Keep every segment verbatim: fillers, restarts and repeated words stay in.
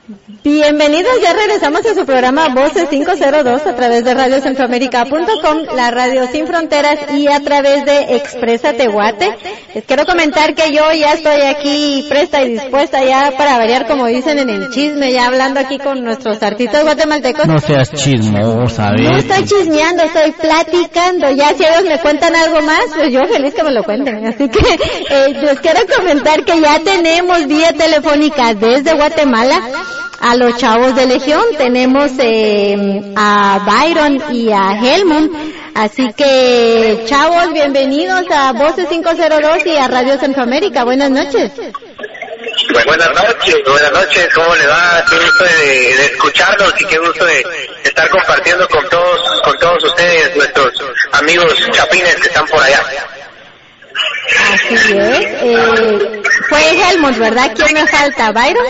Bienvenidos, ya regresamos a su programa Voces quinientos dos a través de radio centroamérica punto com, la radio sin fronteras, y a través de Expresa Tehuate. Les quiero comentar que yo ya estoy aquí presta y dispuesta ya para variar, como dicen en el chisme, ya hablando aquí con nuestros artistas guatemaltecos. No seas chismosa, ¿ves? No estoy chismeando, estoy platicando. Ya si ellos me cuentan algo más, pues yo feliz que me lo cuenten. Así que eh, les quiero comentar que ya tenemos vía telefónica desde Guatemala a los chavos de Legión. Tenemos eh, a Byron y a Helmut. Así que, chavos, bienvenidos a Voces quinientos dos y a Radio Centroamérica. Buenas noches. Buenas noches, buenas noches, ¿cómo le va? Qué gusto de, de escucharlos y qué gusto de estar compartiendo con todos, con todos ustedes, nuestros amigos chapines que están por allá. Así es. Eh, fue Helmut, ¿verdad? ¿Quién me falta? ¿Byron?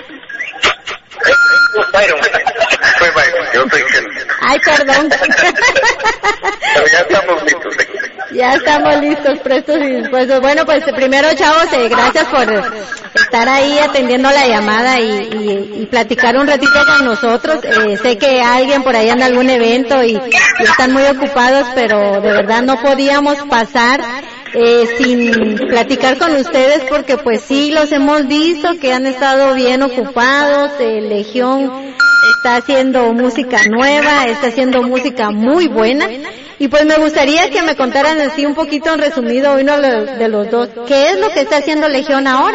Byron, fue Byron, yo soy Helmut. Ay, perdón. Pero ya estamos listos. Ya estamos listos, prestos y dispuestos. Bueno, pues primero, chavos, eh, gracias por estar ahí atendiendo la llamada y, y, y platicar un ratito con nosotros. Eh, sé que alguien por ahí anda en algún evento y, y están muy ocupados, pero de verdad no podíamos pasar eh, sin platicar con ustedes, porque pues sí, los hemos visto que han estado bien ocupados. eh, Legión está haciendo música nueva, está haciendo música muy buena. Y pues me gustaría que me contaran así un poquito en resumido uno de los dos, ¿qué es lo que está haciendo Legión ahora?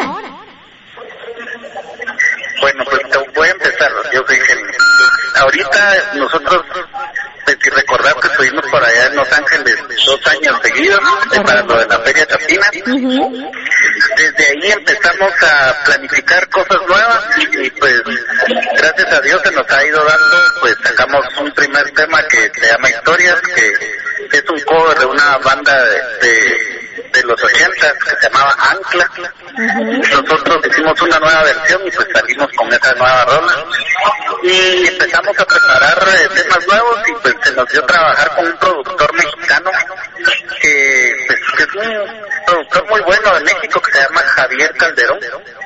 Bueno, pues voy a empezar. Yo soy Helmut. Ahorita nosotros, pues, si recordar que estuvimos por allá en Los Ángeles dos años seguidos eh, para lo de la Feria Chapina. Uh-huh. Desde ahí empezamos a planificar cosas nuevas y pues gracias a Dios se nos ha ido dando. Pues sacamos un primer tema que se llama Historias, que es un cover de una banda de, de, de los ochentas que se llamaba Ancla. Uh-huh. Nosotros hicimos una nueva versión y pues salimos con esa nueva rola y empezamos a preparar eh, temas nuevos, y pues se nos dio trabajar con un productor mexicano que, pues, que es un productor muy bueno de México que se llama Javier Calderón.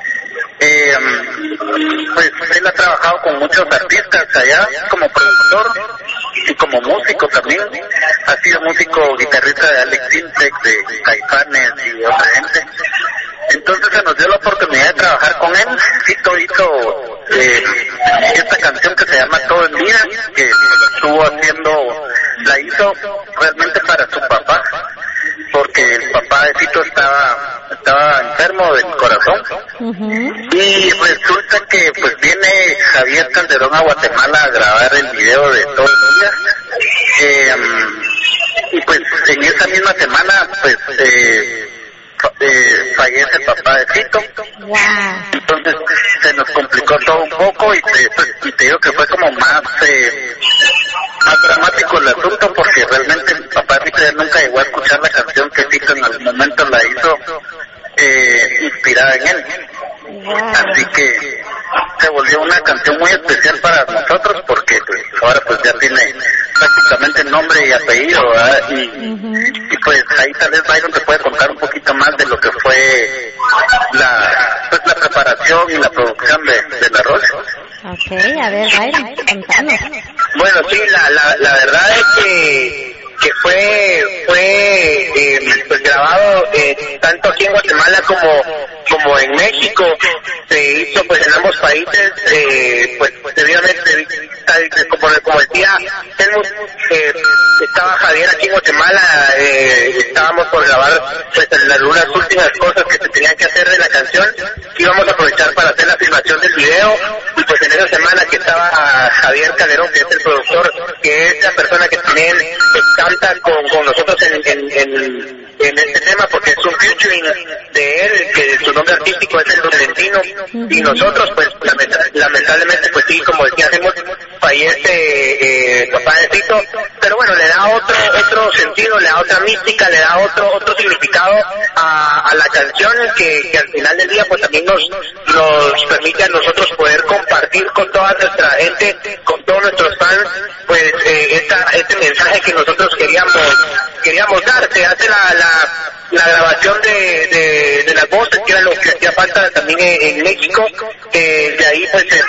Eh, pues él ha trabajado con muchos artistas allá como productor y como músico también. Ha sido músico guitarrista de Alex Intec, de Caifanes y otra gente. Entonces se nos dio la oportunidad de trabajar con él. Fito hizo eh, esta canción que se llama Todo en Vida, que estuvo haciendo, la hizo realmente para su papá, porque el papá de Fito estaba estaba enfermo del corazón. Uh-huh. Y resulta que pues viene Javier Calderón a Guatemala a grabar el video de Todo el Día. Eh, y pues en esa misma semana pues eh, eh, fallece el papá de Fito. Wow. Entonces se nos complicó todo un poco y te, pues, y te digo que fue como más eh, más dramático el asunto, porque realmente mi papá Fito ya nunca llegó a escuchar la canción que Fito en algún momento la hizo eh, inspirada en él. Wow. Así que se volvió una canción muy especial para nosotros, porque pues ahora pues ya tiene prácticamente nombre y apellido, ¿verdad? Y, uh-huh. y pues ahí tal vez Byron te puede contar un poquito más de lo que fue la pues la preparación y la producción de, de la rola. Okay, a ver, Byron, contanos. Bueno, sí, la la la verdad es que que fue fue eh, pues grabado eh, tanto aquí en Guatemala como como en México. Se hizo pues en ambos países, eh, pues debidamente, como, como decía Helmut, eh, estaba Javier aquí en Guatemala, eh, estábamos por grabar pues algunas últimas cosas que se tenían que hacer de la canción. Íbamos a aprovechar para hacer la filmación del video, y pues en esa semana que estaba Javier Calderón, que es el productor, que es la persona que también pues, canta con, con nosotros en, en, en, en este tema, porque es un featuring de él, que su nombre artístico es el Valentino, y nosotros pues lamentablemente pues sí, como decía, hacemos fallece eh, papá de Fito, pero bueno, le da otro otro sentido, le da otra mística, le da otro otro significado a, a la canción, que, que al final del día pues también nos nos permite a nosotros poder compartir con toda nuestra gente, con todos nuestros fans, pues eh, esta, este mensaje que nosotros queríamos queríamos dar. Se hace la, la la grabación de, de, de las voces, que era lo que hacía falta también en, en México. Eh, de ahí pues en semana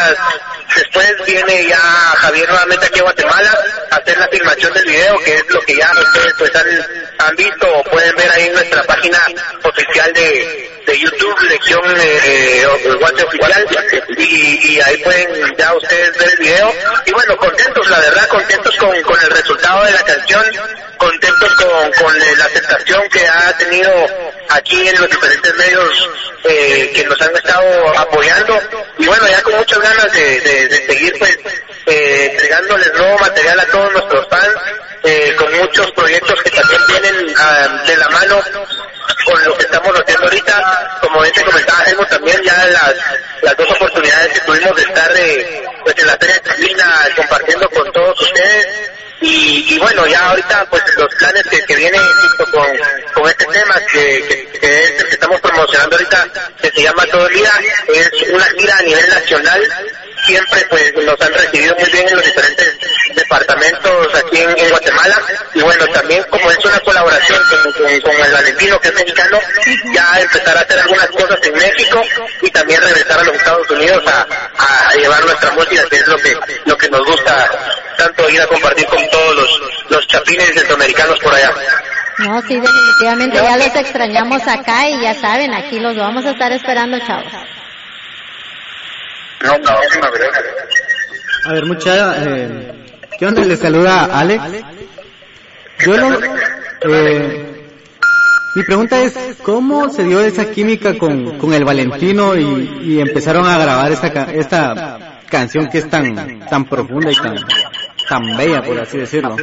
días después viene ya Javier nuevamente aquí a Guatemala a hacer la filmación del video, que es lo que ya ustedes pues han, han visto o pueden ver ahí en nuestra página oficial de, de YouTube, Legión eh, Guate Oficial, y, y ahí pueden ya ustedes ver el video. Y bueno, contentos, la verdad, contentos con, con el resultado de la canción, contentos con, con la aceptación que ha tenido aquí en los diferentes medios eh, que nos han estado apoyando, y bueno, ya con muchas ganas de, de, de seguir pues eh, entregándoles nuevo material a todos nuestros fans, eh, con muchos proyectos que también vienen uh, de la mano con lo que estamos haciendo ahorita. Como bien te comentaba Helmut, también ya las, las dos oportunidades que tuvimos de estar eh, pues en la Feria Chapina compartiendo con todos ustedes. Y, y bueno, ya ahorita pues los planes que, que vienen junto con, con este tema que, que, que es el que estamos promocionando ahorita, que se llama Todo el Día, es una gira a nivel nacional. Siempre pues nos han recibido muy bien en los diferentes departamentos aquí en, en Guatemala, y bueno, también como es una colaboración con, con, con el Valentino, que es mexicano, ya empezar a hacer algunas cosas en México y también regresar a los Estados Unidos a, a llevar nuestra música, que es lo que lo que nos gusta tanto, ir a compartir con todos los, los chapines centroamericanos por allá. No, sí, definitivamente ya los extrañamos acá, y ya saben, aquí los vamos a estar esperando, chavos. No, no, no, a ver, muchacha, eh, ¿qué onda? Les saluda Alex. Yo no, eh, mi pregunta es, ¿cómo se dio esa química con, con el Valentino y, y empezaron a grabar esta, esta canción que es tan, tan profunda y tan, tan bella, por así decirlo?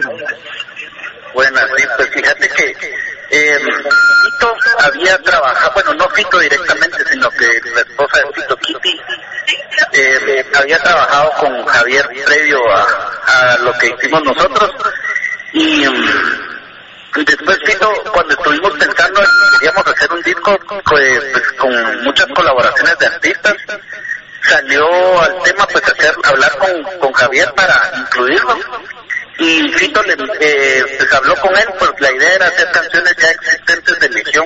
Bueno, sí, pues fíjate que eh, Fito había trabajado, bueno, no Fito directamente, sino que la esposa de Fito, Kitty, eh, había trabajado con Javier previo a, a lo que hicimos nosotros, y um, después Fito, cuando estuvimos pensando en que queríamos hacer un disco pues, pues con muchas colaboraciones de artistas, salió al tema pues hacer hablar con, con Javier para incluirlo. Y Fito le, eh, pues habló con él, pues la idea era hacer canciones ya existentes de Legión,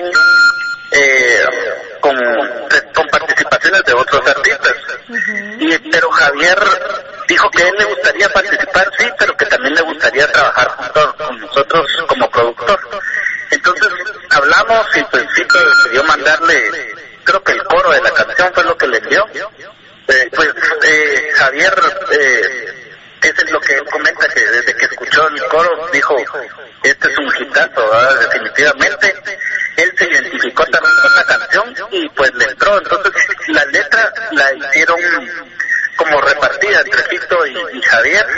eh, con, con participaciones de otros artistas. Uh-huh. Y, pero Javier dijo que a él le gustaría participar, sí, pero que también le gustaría trabajar junto con nosotros como productor. Entonces hablamos y pues Fito decidió mandarle, creo que el coro de la canción fue lo que le envió. Eh, pues eh, Javier... Eh, Eso es lo que él comenta, que desde que escuchó el coro dijo, este es un hitazo, ¿verdad? Definitivamente. Él se identificó también con la canción y pues le entró. Entonces la letra la hicieron como repartida entre Fito y, y Javier.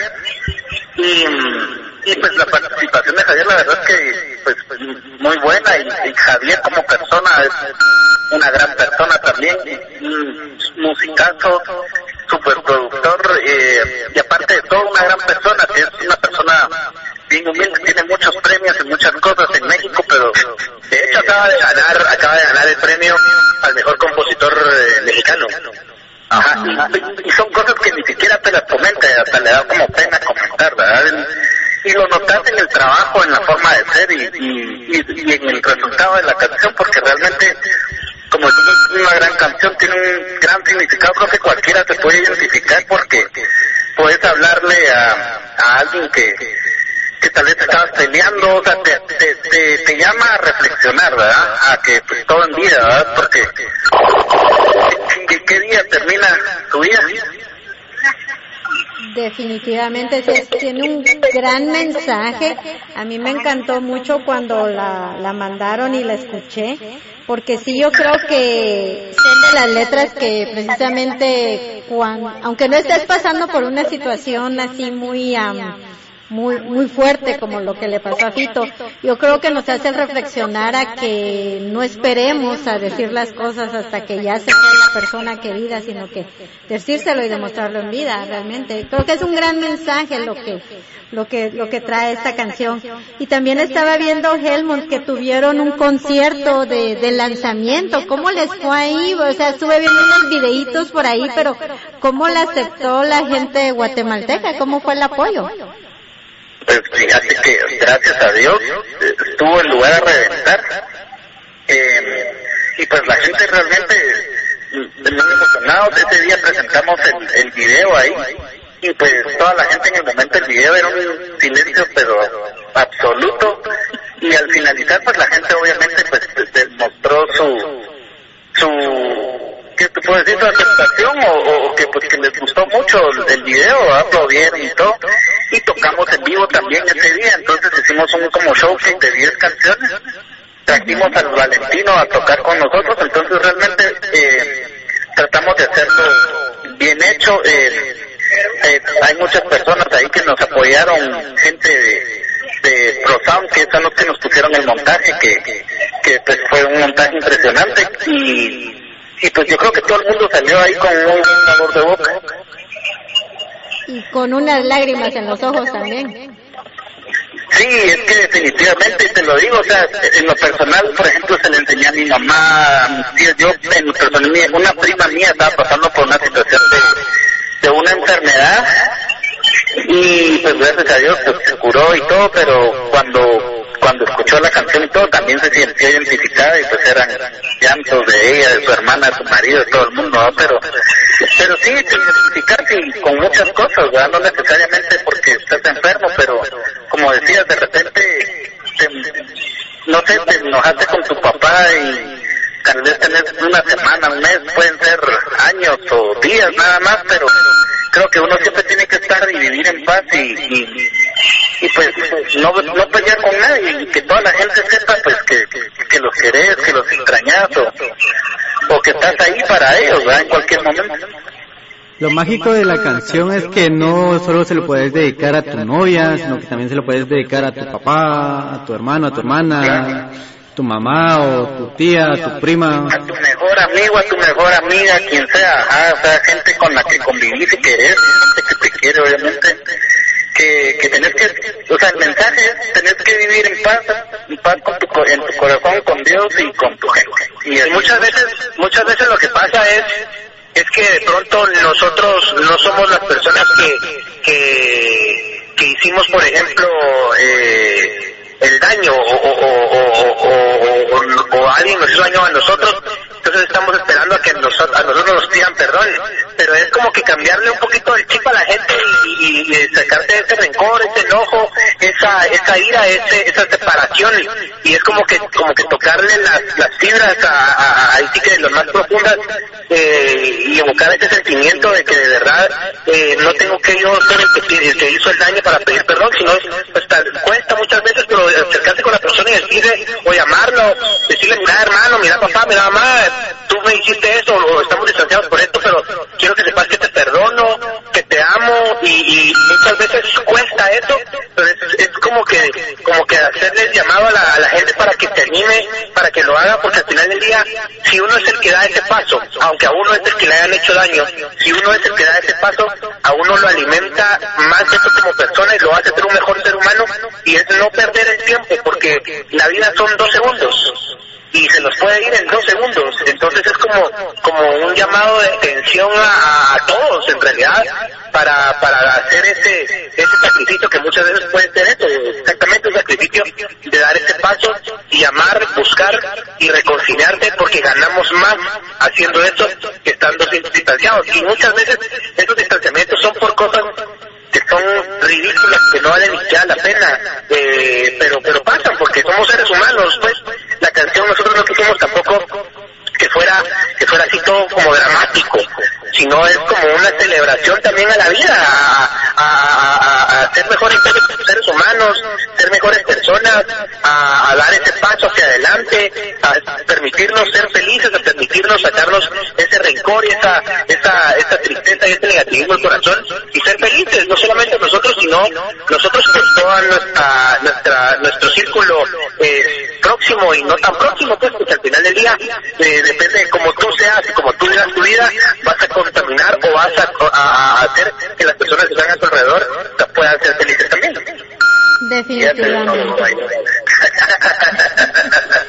Y, y pues la participación de Javier, la verdad es que pues muy buena, y, y Javier como persona es una gran persona también, un musicazo, superproductor, eh, y aparte de todo una gran persona, que es una persona bien humilde, tiene muchos premios y muchas cosas en México, pero de hecho acaba de ganar, acaba de ganar el premio al mejor compositor eh, mexicano. Ajá, y, y son cosas que ni siquiera te las comenta, hasta le da como pena comentar, ¿verdad? Y lo notas en el trabajo, en la forma de ser y, y, y en el resultado de la canción, porque realmente, como es una gran canción, tiene un gran significado. Creo que cualquiera se puede identificar, porque puedes hablarle a, a alguien que, que tal vez estabas peleando, o sea, te, te, te, te llama a reflexionar, ¿verdad? A que pues todo en vida, ¿verdad? Porque ¿qué, qué día termina tu vida? Definitivamente sí, tiene un gran mensaje. A mí me encantó mucho cuando la, la mandaron y la escuché, porque sí, yo creo que son de las letras que precisamente, cuando, aunque no estés pasando por una situación así muy um, muy muy fuerte como lo que le pasó a Fito, yo creo que nos hace reflexionar a que no esperemos a decir las cosas hasta que ya se fue la persona querida, sino que decírselo y demostrarlo en vida. Realmente creo que es un gran mensaje lo que lo que lo que trae esta canción. Y también estaba viendo, Helmut, que tuvieron un concierto de, de lanzamiento. ¿Cómo les fue ahí? O sea, estuve viendo unos videitos por ahí, pero ¿cómo la aceptó la gente guatemalteca? ¿Cómo fue el apoyo? Pues fíjate que gracias a Dios estuvo el lugar a reventar, eh, y pues la gente realmente muy emocionados. Ese día presentamos el, el video ahí y pues toda la gente en el momento del video era un silencio pero absoluto, y al finalizar pues la gente obviamente pues demostró su su ¿qué te puedo decir? Su aceptación o, o que pues que les gustó mucho el, el video, aplaudieron y todo, y tocamos en vivo también ese día. Entonces hicimos un como showcase de diez canciones, trajimos al Valentino a tocar con nosotros. Entonces realmente eh, tratamos de hacerlo bien hecho. eh, eh, hay muchas personas ahí que nos apoyaron, gente de de ProSound, que son los que nos pusieron el montaje, que, que pues fue un montaje impresionante, y y pues yo creo que todo el mundo salió ahí con un buen sabor de boca. Y con unas lágrimas en los ojos también. Sí, es que definitivamente te lo digo, o sea, en lo personal, por ejemplo, se le enseñé a mi mamá, a mis tías, yo en lo personal, una prima mía estaba pasando por una situación de, de una enfermedad, y pues gracias a Dios pues, se curó y todo, pero cuando cuando escuchó la canción y todo también se sintió identificada, y pues eran llantos de ella, de su hermana, de su marido, de todo el mundo, ¿no? pero pero sí, te identificas y con muchas cosas, ¿verdad? No necesariamente porque estás enfermo, pero como decías, de repente te, no sé, te enojaste con tu papá y tal vez tenés una semana, un mes, pueden ser años o días nada más, pero creo que uno siempre tiene que estar y vivir en paz y, y, y pues no, no pelear con nadie, y que toda la gente sepa pues que, que, que los querés, que los extrañas, o, o que estás ahí para ellos, ¿verdad? En cualquier momento. Lo mágico de la canción es que no solo se lo puedes dedicar a tu novia, sino que también se lo puedes dedicar a tu papá, a tu hermano, a tu hermana, tu mamá o tu tía, a tu prima. A tu mejor amigo, a tu mejor amiga, quien sea, ajá, o sea, gente con la que convivís y querés, gente que te quiere, obviamente, que, que tenés que, o sea, el mensaje es, tenés que vivir en paz, en paz con tu, en tu corazón, con Dios y con tu gente. Y, y muchas veces, muchas veces lo que pasa es, es que de pronto nosotros no somos las personas que, que, que hicimos, por ejemplo, eh, el daño o, o, o, o, o, o, o alguien nos hizo daño a nosotros, entonces estamos esperando a que nos, a nosotros nos pidan perdón, pero es como que cambiarle un poquito el chip a la gente y, y, y sacarte ese rencor, ese enojo, esa esa ira, ese, esa separación, y es como que como que tocarle las, las fibras a, a, a sí que de lo más profundas, eh, y evocar ese sentimiento de que de verdad eh, no tengo que yo ser el que, el que hizo el daño para pedir perdón, sino es, pues, cuesta muchas veces, pero acercarse con la persona y decirle, o llamarlo, decirle, mira hermano, mira papá, mira mamá, tú me hiciste eso, o estamos distanciados por esto, pero quiero que sepas que te perdono, que te amo, y, y muchas veces cuesta eso, pero es, es como que como que hacerles llamado a la, a la gente para que se anime, para que lo haga, porque al final del día, si uno es el que da ese paso, aunque a uno es el que le hayan hecho daño, si uno es el que da ese paso, a uno lo alimenta más eso como persona y lo hace ser un mejor ser humano, y es no perder el tiempo, porque la vida son dos segundos y se nos puede ir en dos segundos, entonces es como como un llamado de atención a, a todos en realidad, para para hacer ese ese sacrificio que muchas veces puede ser eso, exactamente un sacrificio de dar ese paso y amar, buscar y reconciliarte, porque ganamos más haciendo eso que estando distanciados, y muchas veces esos distanciamientos son por cosas que son ridículas, que no valen ni siquiera la pena, eh, pero pero pasan porque somos seres humanos. Pues la canción nosotros no quisimos tampoco que fuera que fuera así todo como dramático, sino es como una celebración también a la vida, a, a, a, a ser mejores seres humanos, ser mejores personas, a, a dar ese paso hacia adelante, a permitirnos ser felices, a permitirnos sacarnos ese rencor y esa esa esa tristeza y ese negativismo del corazón y ser felices, no solamente nosotros, sino nosotros con toda nuestra nuestra nuestro círculo eh, próximo y no tan próximo, pues, porque al final del día eh, depende de cómo tú seas y cómo tú vivas tu vida, vas a contaminar o vas a, a, a hacer que las personas que están a tu alrededor puedan ser felices también. Definitivamente.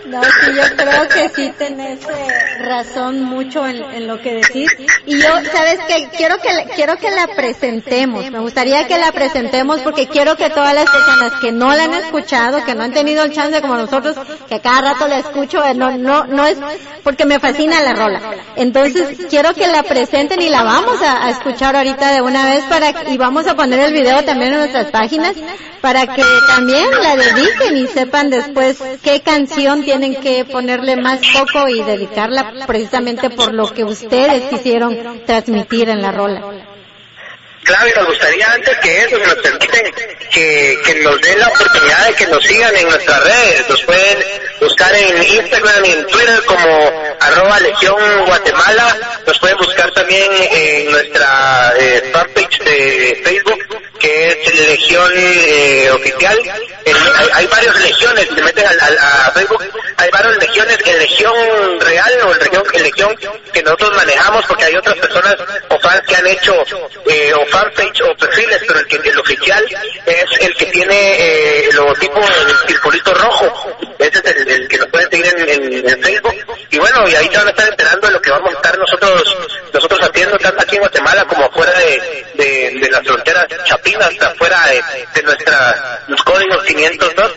No, sí, yo creo que sí tenés eh, razón mucho en, en lo que decís. Y yo, ¿sabes qué? Quiero que, quiero que la presentemos. Me gustaría que la presentemos porque quiero que todas las personas que no la han escuchado, que no han tenido el chance como nosotros, que cada rato la escucho, eh, no, no, no es porque me fascina la rola. Entonces, quiero que la presenten y la vamos a, a escuchar ahorita de una vez para, y vamos a poner el video también en nuestras páginas para que también la dediquen y sepan después qué canción tienen que ponerle más foco y dedicarla precisamente por lo que ustedes quisieron transmitir en la rola. Claro, y nos gustaría antes que eso, que nos permiten que, que nos den la oportunidad de que nos sigan en nuestras redes. Nos pueden buscar en Instagram y en Twitter como arroba Legión Guatemala. Nos pueden buscar también en nuestra eh, fanpage de Facebook, que es Legión eh, Oficial. En, hay, hay varias legiones, si se meten a, a, a Facebook, hay varias legiones, en Legión Real o en Legión, en Legión que nosotros manejamos, porque hay otras personas o fans que han hecho eh, o fanpage o perfiles, pero el, que, el oficial es el que tiene eh, el logotipo en circulito rojo. Ese es el, el que nos pueden seguir en, en, en Facebook. Y bueno, y ahí se van a estar enterando de lo que vamos a estar nosotros nosotros haciendo tanto aquí en Guatemala como afuera de, de, de las fronteras chapinas, afuera de, de nuestra, los códigos quinientos dos.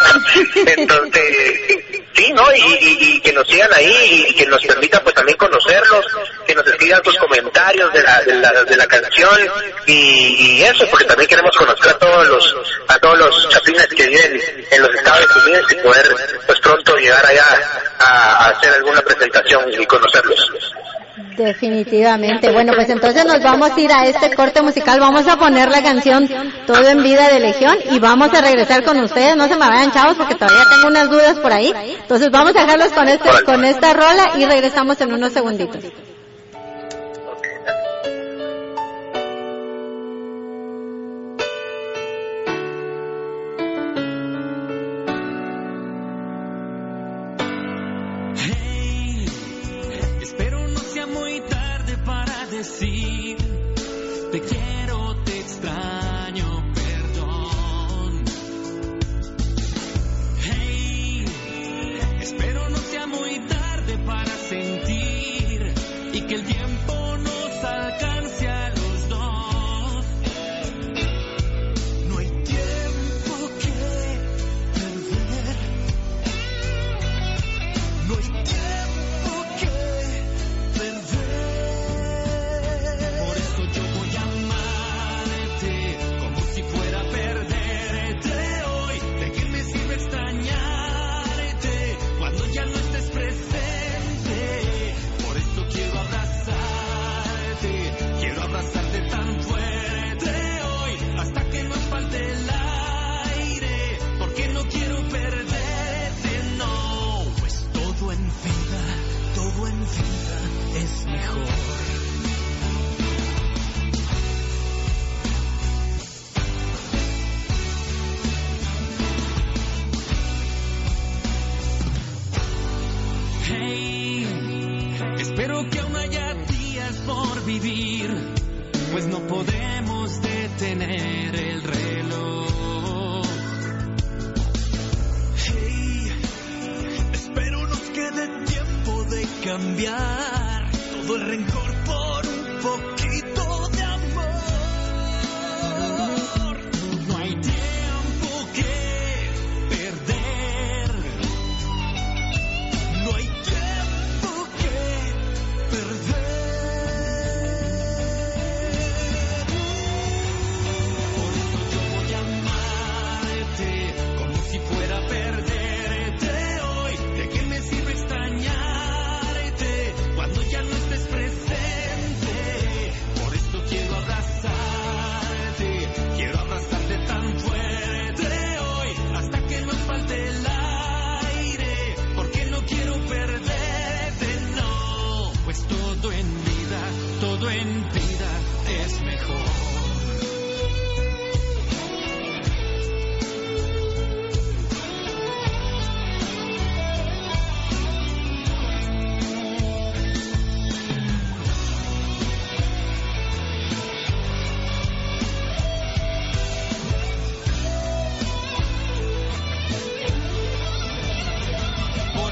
Entonces, sí, ¿no? Y, y, y que nos sigan ahí y que nos permitan pues también conocerlos, que nos escriban sus comentarios de la, de la, de la canción y, y eso, porque también queremos conocer a todos los, a todos los chapines que viven en los Estados Unidos y poder pues pronto llegar allá a, a hacer alguna presentación y conocerlos. Definitivamente. Bueno, pues entonces nos vamos a ir a este corte musical, vamos a poner la canción Todo en Vida de Legión y vamos a regresar con ustedes. No se me vayan, chavos, porque todavía tengo unas dudas por ahí. Entonces vamos a dejarlos con este, con esta rola y regresamos en unos segunditos. Decir, te quiero, te extraño, perdón. Hey, espero no sea muy tarde para sentir y que el tiempo nos alcance a los dos. No hay tiempo que perder. No hay tiempo que perder. Es mejor. Hey, espero que aún haya días por vivir, pues no podemos detener el reloj. Hey, espero nos quede tiempo de cambiar todo el rencor por un poquito de amor. No hay tiempo que perder. No hay tiempo que perder. Por eso yo voy a amarte como si fuera a perderte hoy. ¿De qué me sirve extrañarte cuando ya no estés presente? Por esto quiero abrazarte, quiero abrazarte tan fuerte hoy, hasta que nos falte el aire, porque no quiero perderte, no. Pues todo en vida, todo en vida es mejor. Por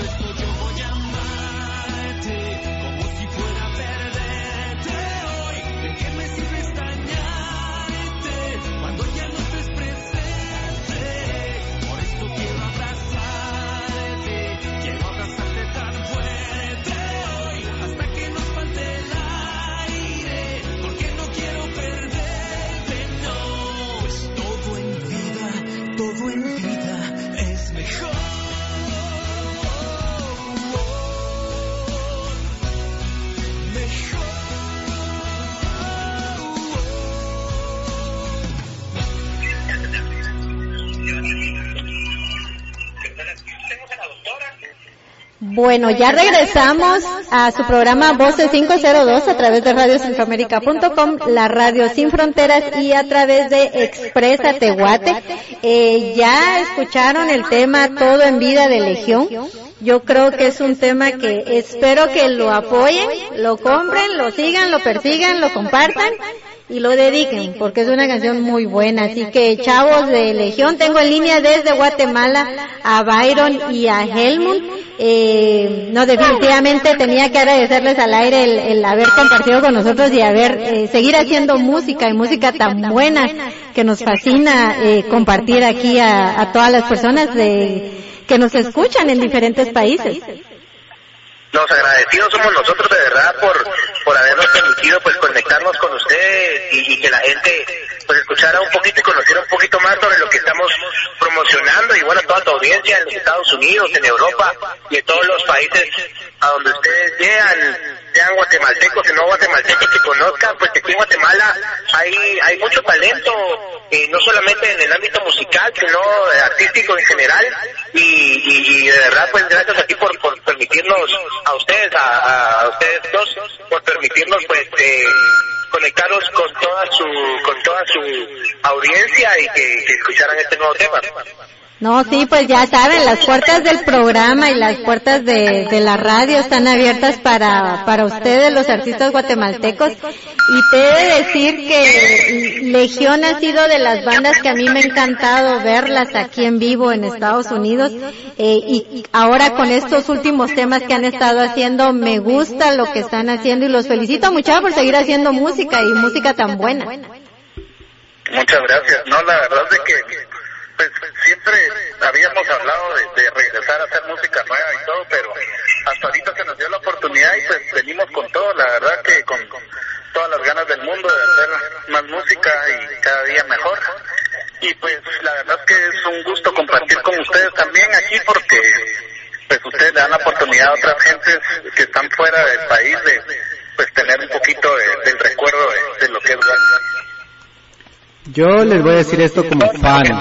Bueno, ya regresamos a su programa Voces quinientos dos a través de radio centroamérica punto com, la radio sin fronteras y a través de Expresa Tehuate. Eh, ya escucharon el tema Todo en Vida de Legión. Yo creo que es un tema que espero que lo apoyen, lo compren, lo sigan, lo persigan, lo compartan y lo dediquen, porque es una canción muy buena. Así que, chavos de Legión, tengo en línea desde Guatemala a Byron y a Helmut. Eh, no, definitivamente tenía que agradecerles al aire el, el haber compartido con nosotros y haber, eh, seguir haciendo música y música tan buena que nos fascina eh, compartir aquí a, a todas las personas de, que nos escuchan en diferentes países. Los agradecidos somos nosotros de verdad por por habernos permitido pues conectarnos con ustedes y, y que la gente pues escuchara un poquito y conociera un poquito más sobre lo que estamos promocionando, y bueno, toda tu audiencia en los Estados Unidos, en Europa y en todos los países a donde ustedes llegan, sean guatemaltecos y no guatemaltecos que conozcan, pues que aquí en Guatemala hay hay mucho talento, eh, no solamente en el ámbito musical, sino eh, artístico en general, y, y, y de verdad pues gracias a ti por, por permitirnos, a ustedes, a, a ustedes dos, por permitirnos pues eh, conectaros con toda su con toda su audiencia y que, que escucharan este nuevo tema. No, sí, pues ya saben, las puertas del programa y las puertas de, de la radio están abiertas para, para ustedes, los artistas guatemaltecos. Y te he de decir que Legión ha sido de las bandas que a mí me ha encantado verlas aquí en vivo en Estados Unidos. Eh, y ahora con estos últimos temas que han estado haciendo, me gusta lo que están haciendo y los felicito mucho por seguir haciendo música y música tan buena. Muchas gracias. No, la verdad es que pues siempre habíamos hablado de, de regresar a hacer música nueva y todo, pero hasta ahorita se nos dio la oportunidad y pues venimos con todo, la verdad que con, con todas las ganas del mundo de hacer más música y cada día mejor. Y pues la verdad es que es un gusto compartir con ustedes también aquí, porque pues ustedes le dan la oportunidad a otras gentes que están fuera del país de pues tener un poquito de, del recuerdo de, de lo que es bueno. Yo les voy a decir esto como fan.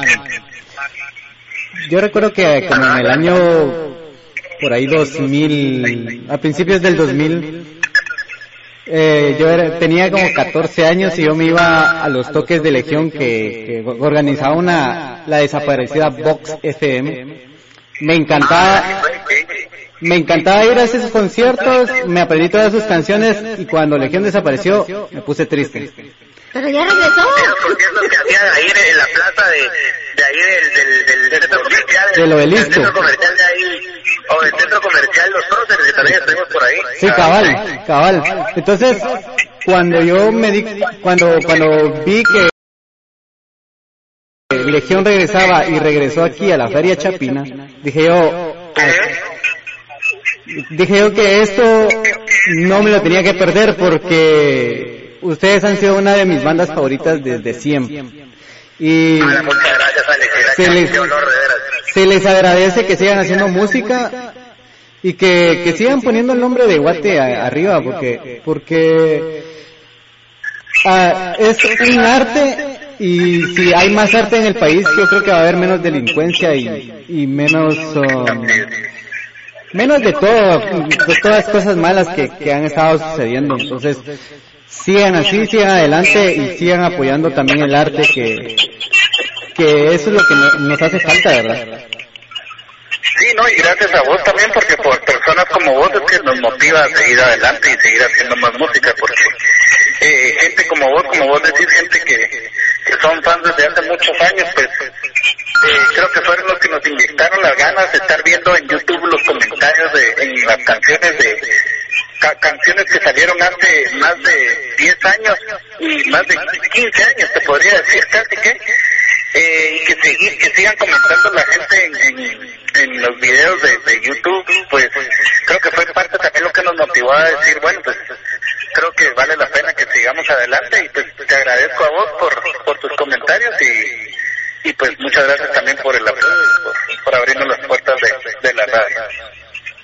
Yo recuerdo que como en el año por ahí dos mil, a principios del dos mil, eh, yo era, tenía como catorce años y yo me iba a los toques de Legión que, que organizaba una la desaparecida Vox F M. Me encantaba, me encantaba ir a esos conciertos, me aprendí todas sus canciones y cuando Legión desapareció me puse triste. Pero ya regresó. Esos conciertos que hacían ahí en la plaza de, de ahí del, del, del, del centro comercial. Del Obelisco. Del centro comercial de ahí, o del centro comercial Los Próceres, que también estuvimos por ahí. Sí, cabal, cabal. Entonces, cuando yo me di, cuando, cuando vi que Legión regresaba y regresó aquí a la Feria Chapina, dije yo, dije yo que esto no me lo tenía que perder porque ustedes han sido una de mis bandas favoritas desde siempre. Y se les, se les agradece que sigan haciendo música y que, que sigan poniendo el nombre de Guate a, arriba, porque porque uh, es un arte, y si hay más arte en el país, yo creo que va a haber menos delincuencia y, y menos um, menos de todo, de todas las cosas malas que, que han estado sucediendo. Entonces sigan así, sigan adelante y sigan apoyando también el arte, que que eso es lo que nos hace falta, ¿verdad? Sí, no, y gracias a vos también, porque por personas como vos es que nos motiva a seguir adelante y seguir haciendo más música, porque eh, gente como vos, como vos decís, gente que, que son fans desde hace muchos años, pues eh, creo que fueron los que nos inyectaron las ganas de estar viendo en YouTube los comentarios de en las canciones de ca- canciones que salieron hace más de diez años y más de quince años, te podría decir casi que, eh, y que, seguir, que sigan comentando la gente en, en, en los videos de, de YouTube, pues creo que fue parte también lo que nos motivó a decir, bueno, pues creo que vale la pena que sigamos adelante, y pues te agradezco a vos por, por tus comentarios y, y pues muchas gracias también por el apoyo, por, por abrirnos las puertas de, de la radio.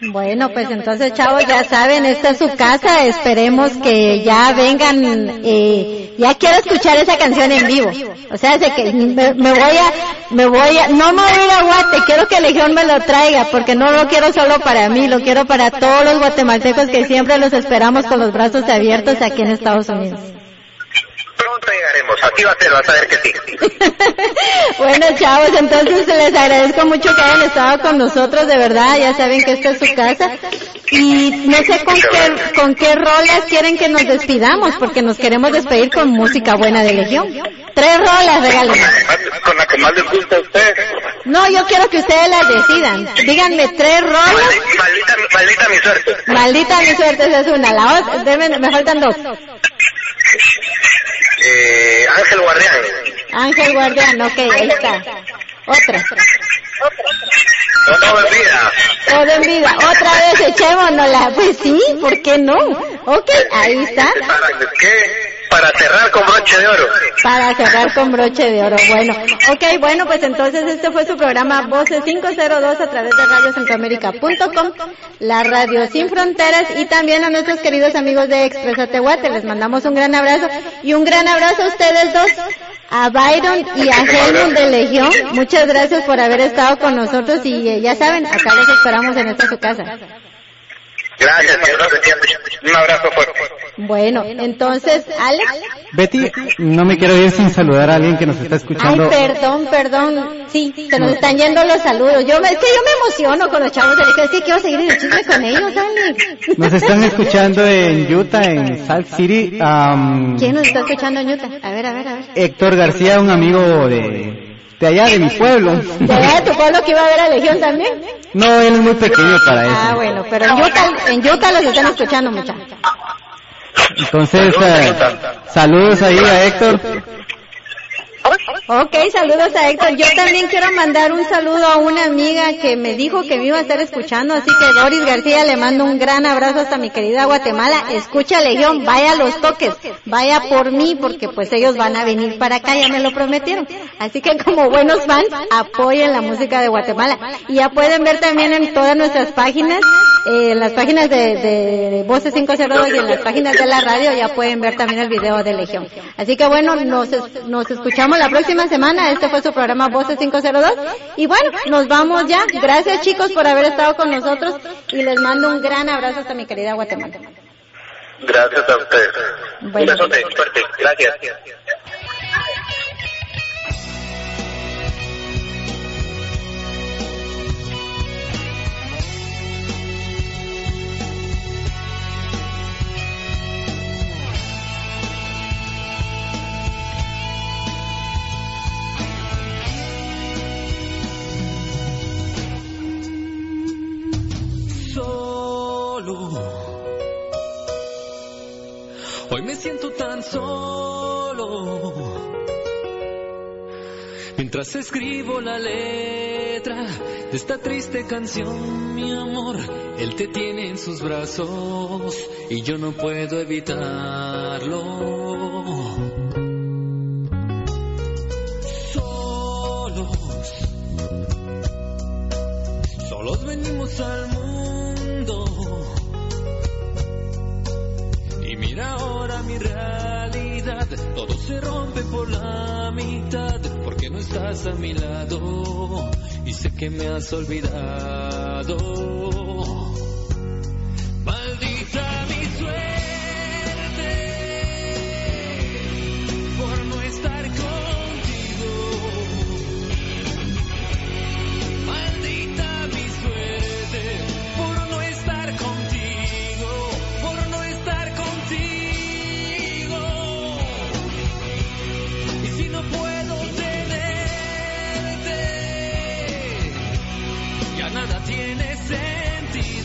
Bueno, pues entonces, chavos, ya saben, esta es su casa, esperemos que ya vengan, eh, ya quiero escuchar esa canción en vivo, o sea, de que me, me voy a, me voy a, no me voy a ir a Guate, quiero que Legión me lo traiga, porque no lo quiero solo para mí, lo quiero para todos los guatemaltecos que siempre los esperamos con los brazos abiertos aquí en Estados Unidos. Pronto llegaremos, aquí va a ser, vas a ver que sí. Bueno, chavos, entonces les agradezco mucho que hayan estado con nosotros, de verdad, ya saben que esta es su casa. Y no sé con qué, con qué rolas quieren que nos despidamos, porque nos queremos despedir con música buena de Legión. Tres rolas, regalen. Con la que más les gusta a ustedes. No, yo quiero que ustedes las decidan. Díganme tres rolas. Maldita, maldita mi suerte. Maldita mi suerte, esa es una. La otra, deben, me faltan dos. Eh, Ángel Guardián. Ángel Guardián, ok, ahí está. Otra. Todo en vida. Todo en vida. Otra vez echémonosla. Pues sí, ¿por qué no? Ok, ahí está. ¿Para qué? Para cerrar con broche de oro. Para cerrar con broche de oro. Bueno, ok, bueno, pues entonces este fue su programa Voces cinco cero dos a través de radio centroamérica punto com, la radio sin fronteras, y también a nuestros queridos amigos de Exprésate Guate. Les mandamos un gran abrazo y un gran abrazo a ustedes dos, a Byron y a Helmut de Legión. Muchas gracias por haber estado con nosotros y eh, ya saben, acá les esperamos en esta su casa. Gracias, un abrazo fuerte. Bueno, entonces, Alex. Betty, no me quiero ir sin saludar a alguien que nos está escuchando. Ay, perdón, perdón. Sí, se nos están yendo los saludos. Yo, es que yo me emociono con los chavos de Legión. Es que quiero seguir en el chisme con ellos, Alex. Nos están escuchando en Utah, en Salt City. Um, ¿Quién nos está escuchando en Utah? A ver, a ver, a ver. Héctor García, un amigo de... de allá, de mi pueblo. ¿De allá de tu pueblo que iba a ver a Legión también? No, él es muy pequeño para eso. Ah, bueno, pero en Utah, en Utah los están escuchando, muchachos. Entonces, eh, saludos ahí a Héctor. Ok, saludos a Héctor. Yo también quiero mandar un saludo a una amiga que me dijo que me iba a estar escuchando, así que Doris García, le mando un gran abrazo hasta mi querida Guatemala. Escucha Legión, vaya a los toques, vaya por mí, porque pues ellos van a venir para acá, ya me lo prometieron. Así que como buenos fans, apoyen la música de Guatemala. Y ya pueden ver también en todas nuestras páginas, eh, en las páginas de, de Voces cinco cero dos y en las páginas de la radio, ya pueden ver también el video de Legión. Así que bueno, nos, nos escuchamos la próxima semana. Este fue su programa Voces cinco cero dos y bueno, nos vamos ya. Gracias, chicos, por haber estado con nosotros y les mando un gran abrazo hasta mi querida Guatemala. Gracias a ustedes. Bueno. Un besote, suerte. Gracias. Hoy me siento tan solo, mientras escribo la letra de esta triste canción, mi amor. Él te tiene en sus brazos y yo no puedo evitarlo. Solos, solos venimos al mundo. Y mira ahora mi realidad, todo se rompe por la mitad, porque no estás a mi lado, y sé que me has olvidado. Maldita mi suerte, por no estar contigo. Maldita mi suerte, por no estar contigo, por no estar contigo. Y si no puedo tenerte, ya nada tiene sentido.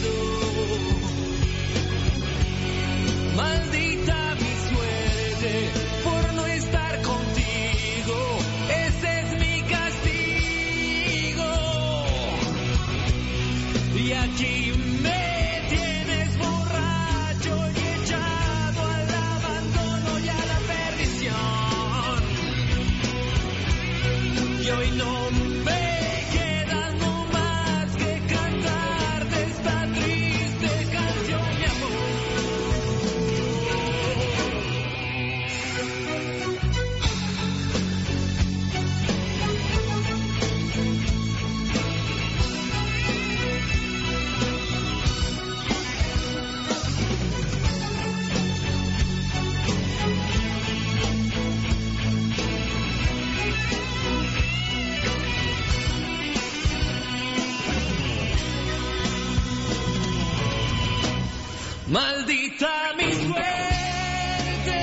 Maldita mi suerte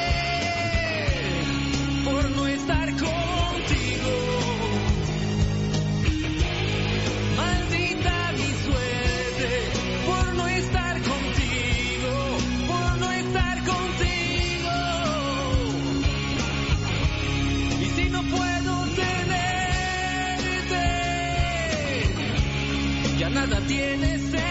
por no estar contigo. Maldita mi suerte por no estar contigo, por no estar contigo. Y si no puedo tenerte, ya nada tiene sentido.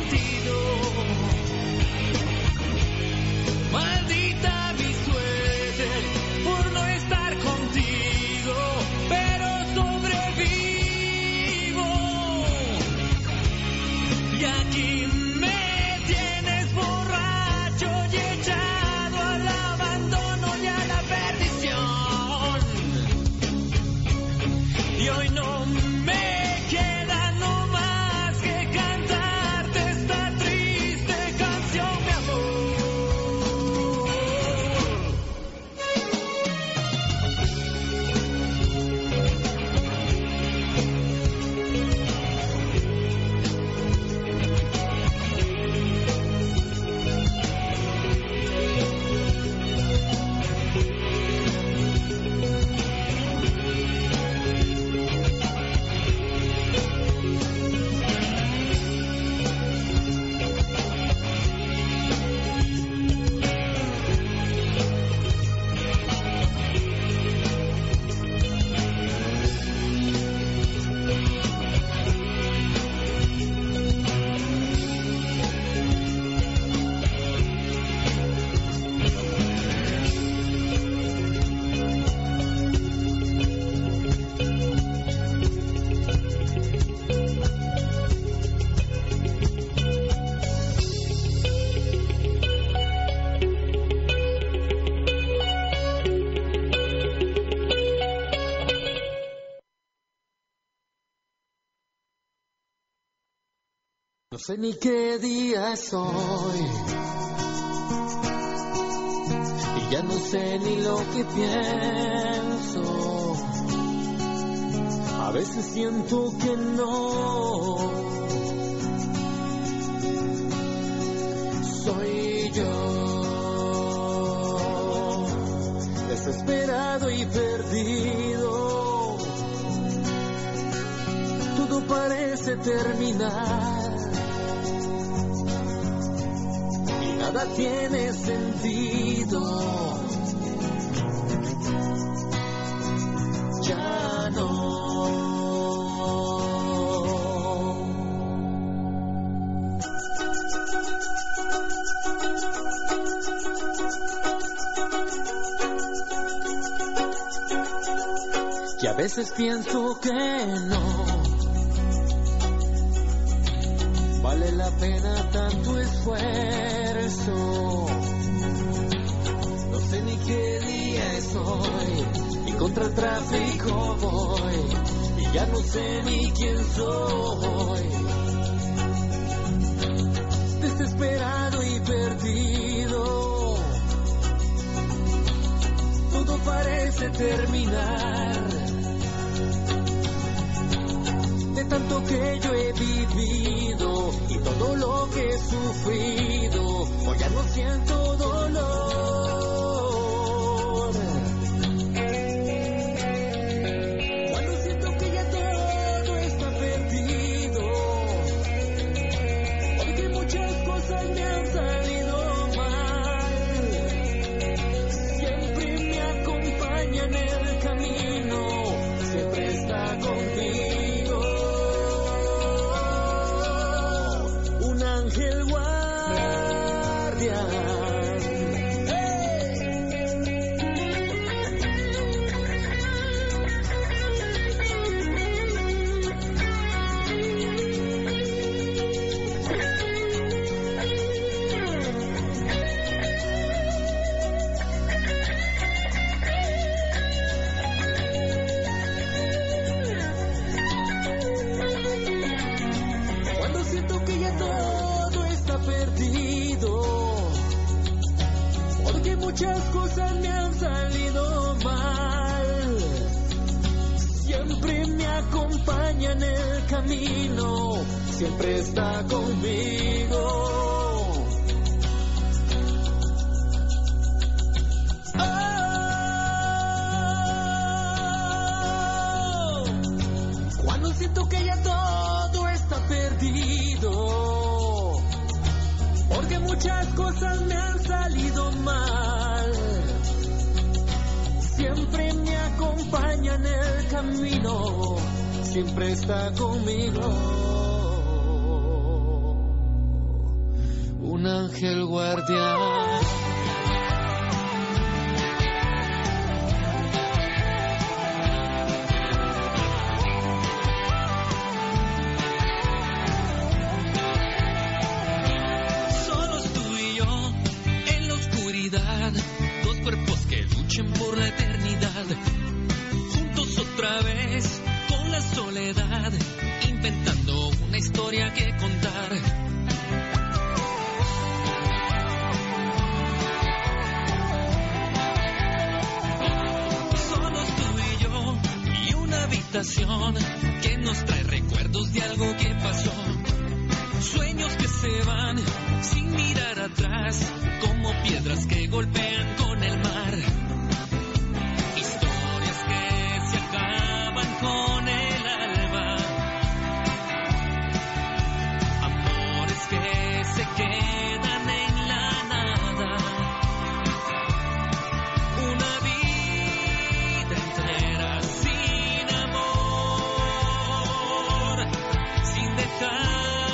Maldita mi suerte por no estar contigo, pero sobrevivo. Y aquí me tienes borracho y echado al abandono y a la perdición. Y hoy no me queda no más que cantarte esta triste canción, mi amor. No sé ni qué día es hoy y ya no sé ni lo que pienso. A veces siento que no soy yo, desesperado y perdido. Todo parece terminar. Nada tiene sentido, ya no. Y a veces pienso que no vale la pena tanto esfuerzo. No sé ni qué día es hoy, y contra el tráfico voy, y ya no sé ni quién soy. Desesperado y perdido, todo parece terminar. De tanto que yo he vivido y todo lo que he sufrido, hoy ya no siento dolor. Cuando siento que ya todo está perdido, porque muchas cosas me han salido mal, siempre me acompaña en el camino, siempre está conmigo. Ángel guardián. Cuando siento que ya todo está perdido, porque muchas cosas me han salido mal, siempre me acompaña en el camino, siempre está conmigo. cosas me han salido mal. Siempre me acompaña en el camino, siempre está conmigo. Un ángel guardián. Dos cuerpos que luchen por la eternidad, juntos otra vez con la soledad, inventando una historia que contar. Solos tú y yo y una habitación que nos trae recuerdos de algo que pasó. Sueños que se van sin mirar atrás, como piedras que golpean con el mar. Historias que se acaban con el alba. Amores que se quedan en la nada. Una vida entera sin amor, sin dejar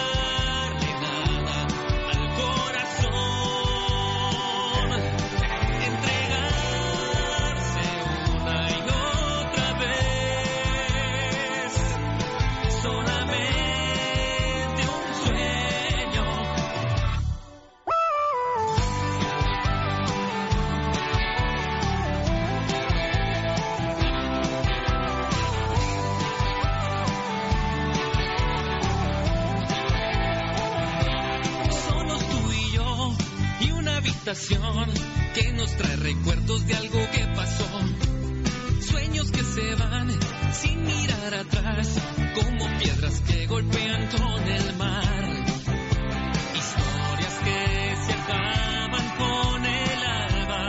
que nos trae recuerdos de algo que pasó. Sueños que se van sin mirar atrás, como piedras que golpean con el mar. Historias que se acaban con el alba.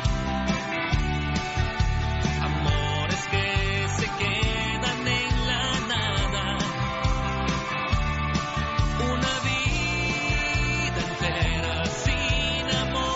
Amores que se quedan en la nada. Una vida entera sin amor.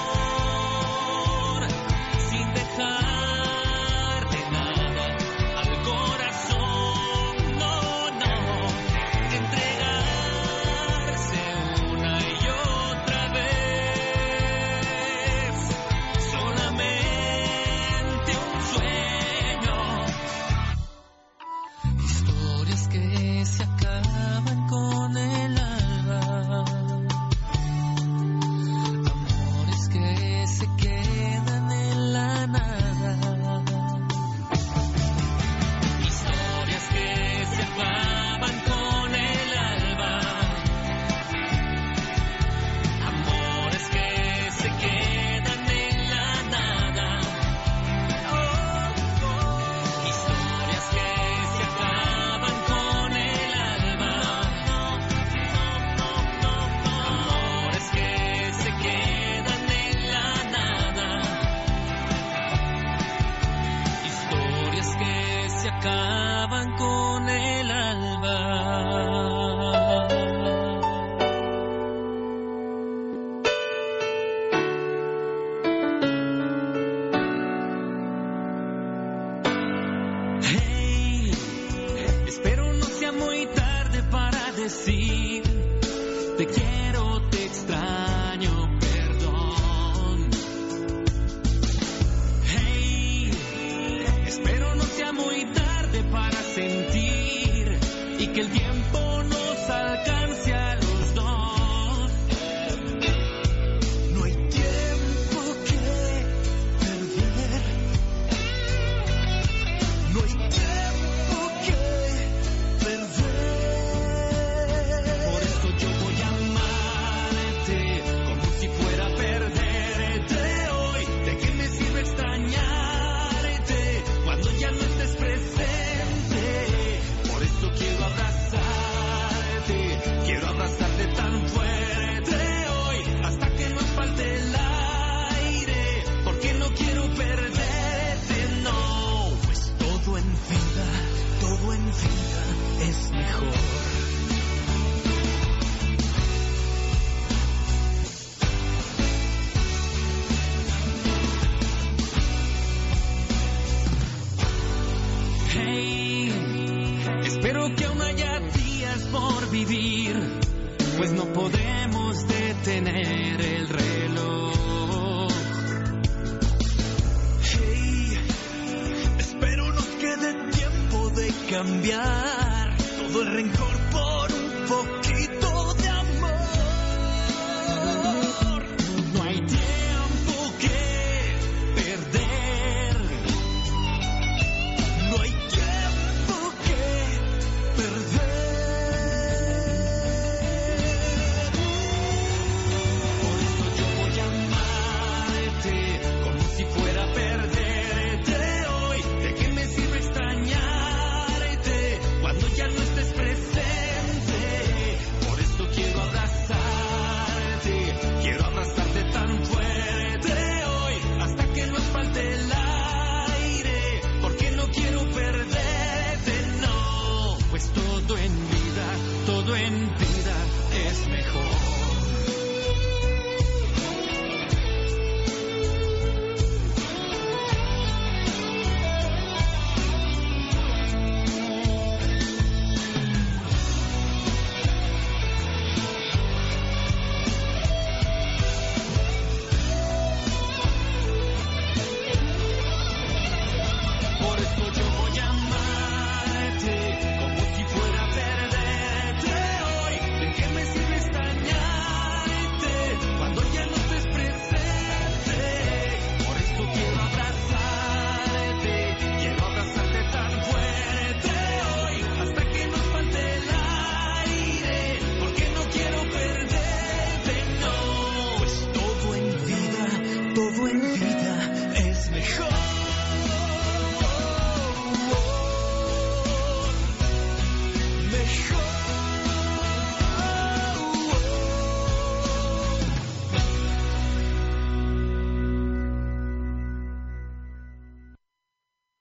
Decir, te quiero, te extraño, perdón. Hey, espero no sea muy tarde para sentir y que el tiempo nos alcance a los dos. No hay tiempo que perder. No hay tiempo que perder. Por eso yo voy a amar. Hey, espero que aún haya días por vivir, pues no podemos detener el reloj. Hey, espero nos quede tiempo de cambiar todo el rencor